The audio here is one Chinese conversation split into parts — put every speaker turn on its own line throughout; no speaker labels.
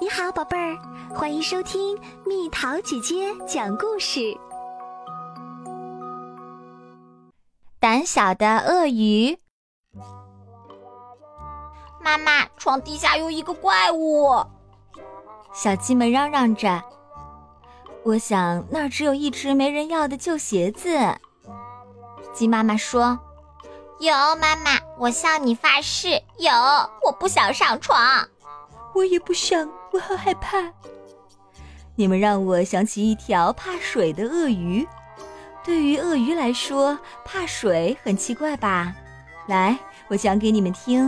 你好，宝贝儿，欢迎收听蜜桃姐姐讲故事。
胆小的鳄鱼。
妈妈，床底下有一个怪物！
小鸡们嚷嚷着。我想那儿只有一只没人要的旧鞋子。鸡妈妈说：
有，妈妈，我向你发誓，有，我不想上床。
我也不想，我好害怕。你们让我想起一条怕水的鳄鱼。对于鳄鱼来说，怕水很奇怪吧？来，我讲给你们听。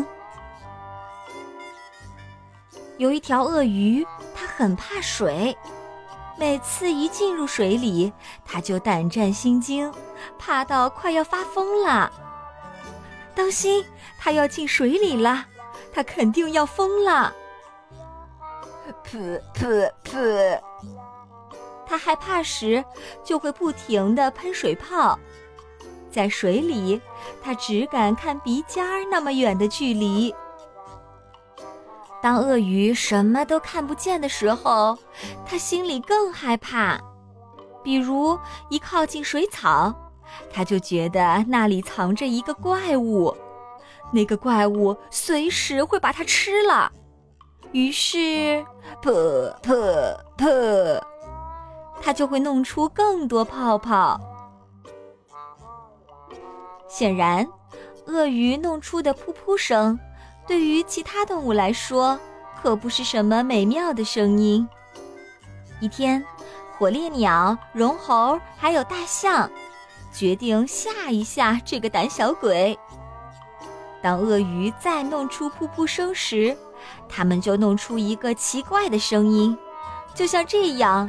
有一条鳄鱼，它很怕水，每次一进入水里，它就胆战心惊，怕到快要发疯了。当心，它要进水里了，它肯定要疯了。
噗噗噗！
它害怕时就会不停地喷水泡，在水里，它只敢看鼻尖那么远的距离。当鳄鱼什么都看不见的时候，它心里更害怕。比如一靠近水草，它就觉得那里藏着一个怪物，那个怪物随时会把它吃了。于是噗噗噗，它就会弄出更多泡泡。显然，鳄鱼弄出的噗噗声对于其他动物来说可不是什么美妙的声音。一天，火烈鸟、绒猴还有大象决定吓一吓这个胆小鬼。当鳄鱼再弄出噗噗声时，它们就弄出一个奇怪的声音，就像这样，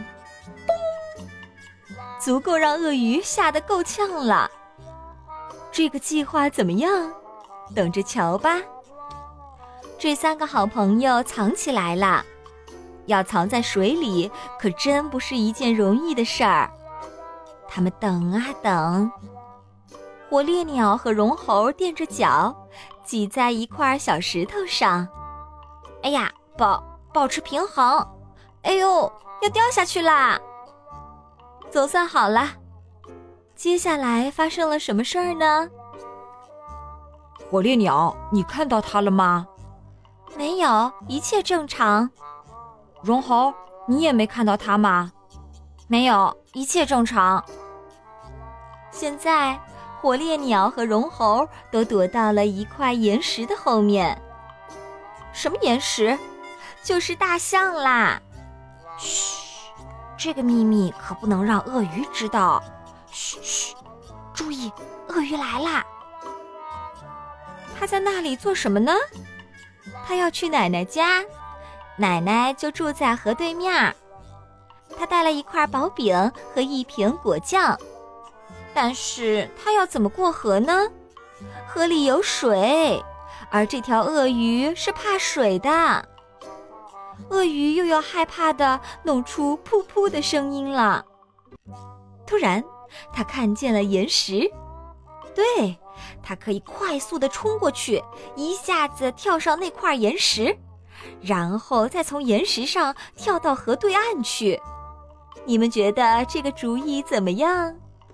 足够让鳄鱼吓得够呛了。这个计划怎么样？等着瞧吧。这三个好朋友藏起来了，要藏在水里可真不是一件容易的事儿。他们等啊等，火烈鸟和绒猴垫着脚挤在一块小石头上。
哎呀，保持平衡！哎呦，要掉下去啦！
总算好了。接下来发生了什么事儿呢？
火烈鸟，你看到它了吗？
没有，一切正常。
绒猴，你也没看到它吗？
没有，一切正常。
现在，火烈鸟和绒猴都躲到了一块岩石的后面。什么岩石？就是大象啦！
嘘，这个秘密可不能让鳄鱼知道。嘘嘘，注意，鳄鱼来啦！
他在那里做什么呢？他要去奶奶家，奶奶就住在河对面。他带了一块薄饼和一瓶果酱，但是他要怎么过河呢？河里有水，而这条鳄鱼是怕水的。鳄鱼又要害怕地弄出噗噗的声音了。突然，他看见了岩石，对，他可以快速地冲过去，一下子跳上那块岩石，然后再从岩石上跳到河对岸去。你们觉得这个主意怎么样？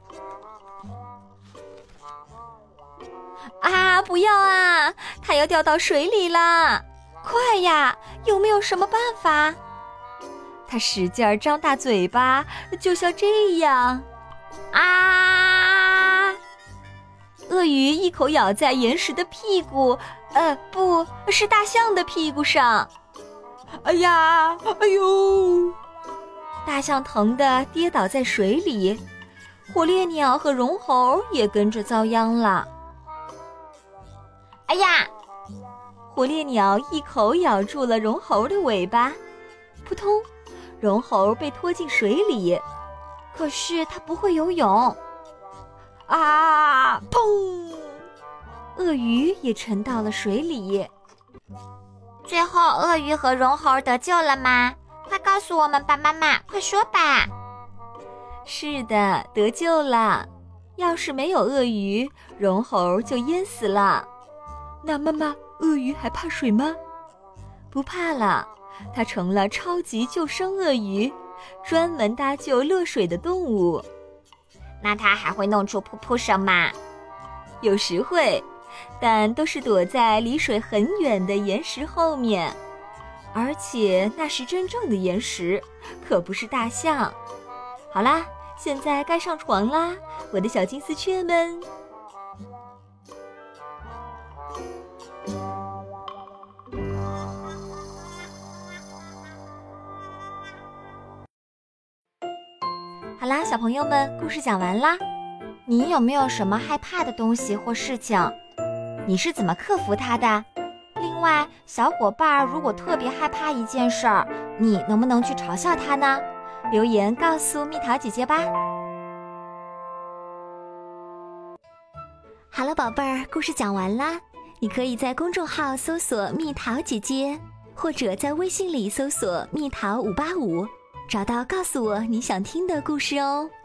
啊，不要啊！它要掉到水里啦！快呀，有没有什么办法？它使劲张大嘴巴，就像这样。啊！鳄鱼一口咬在岩石的屁股，不是大象的屁股上。
哎呀，哎呦！
大象疼得跌倒在水里，火烈鸟和绒猴也跟着遭殃了。
哎呀！
火烈鸟一口咬住了绒猴的尾巴，扑通，绒猴被拖进水里，可是它不会游泳。啊！砰！鳄鱼也沉到了水里。
最后，鳄鱼和绒猴得救了吗？快告诉我们吧，妈妈，快说吧。
是的，得救了。要是没有鳄鱼，绒猴就淹死了。
那妈妈，鳄鱼还怕水吗？
不怕了， 它成了超级救生鳄鱼，专门搭救落水的动物。
那它还会弄出噗噗声吗？
有时会，但都是躲在离水很远的岩石后面，而且那是真正的岩石，可不是大象。好啦，现在该上床啦，我的小金丝雀们。好啦，小朋友们，故事讲完啦。
你有没有什么害怕的东西或事情？你是怎么克服它的？另外，小伙伴如果特别害怕一件事儿，你能不能去嘲笑他呢？
留言告诉蜜桃姐姐吧。
好了，宝贝儿，故事讲完啦。你可以在公众号搜索蜜桃姐姐，或者在微信里搜索蜜桃585，找到告诉我你想听的故事哦。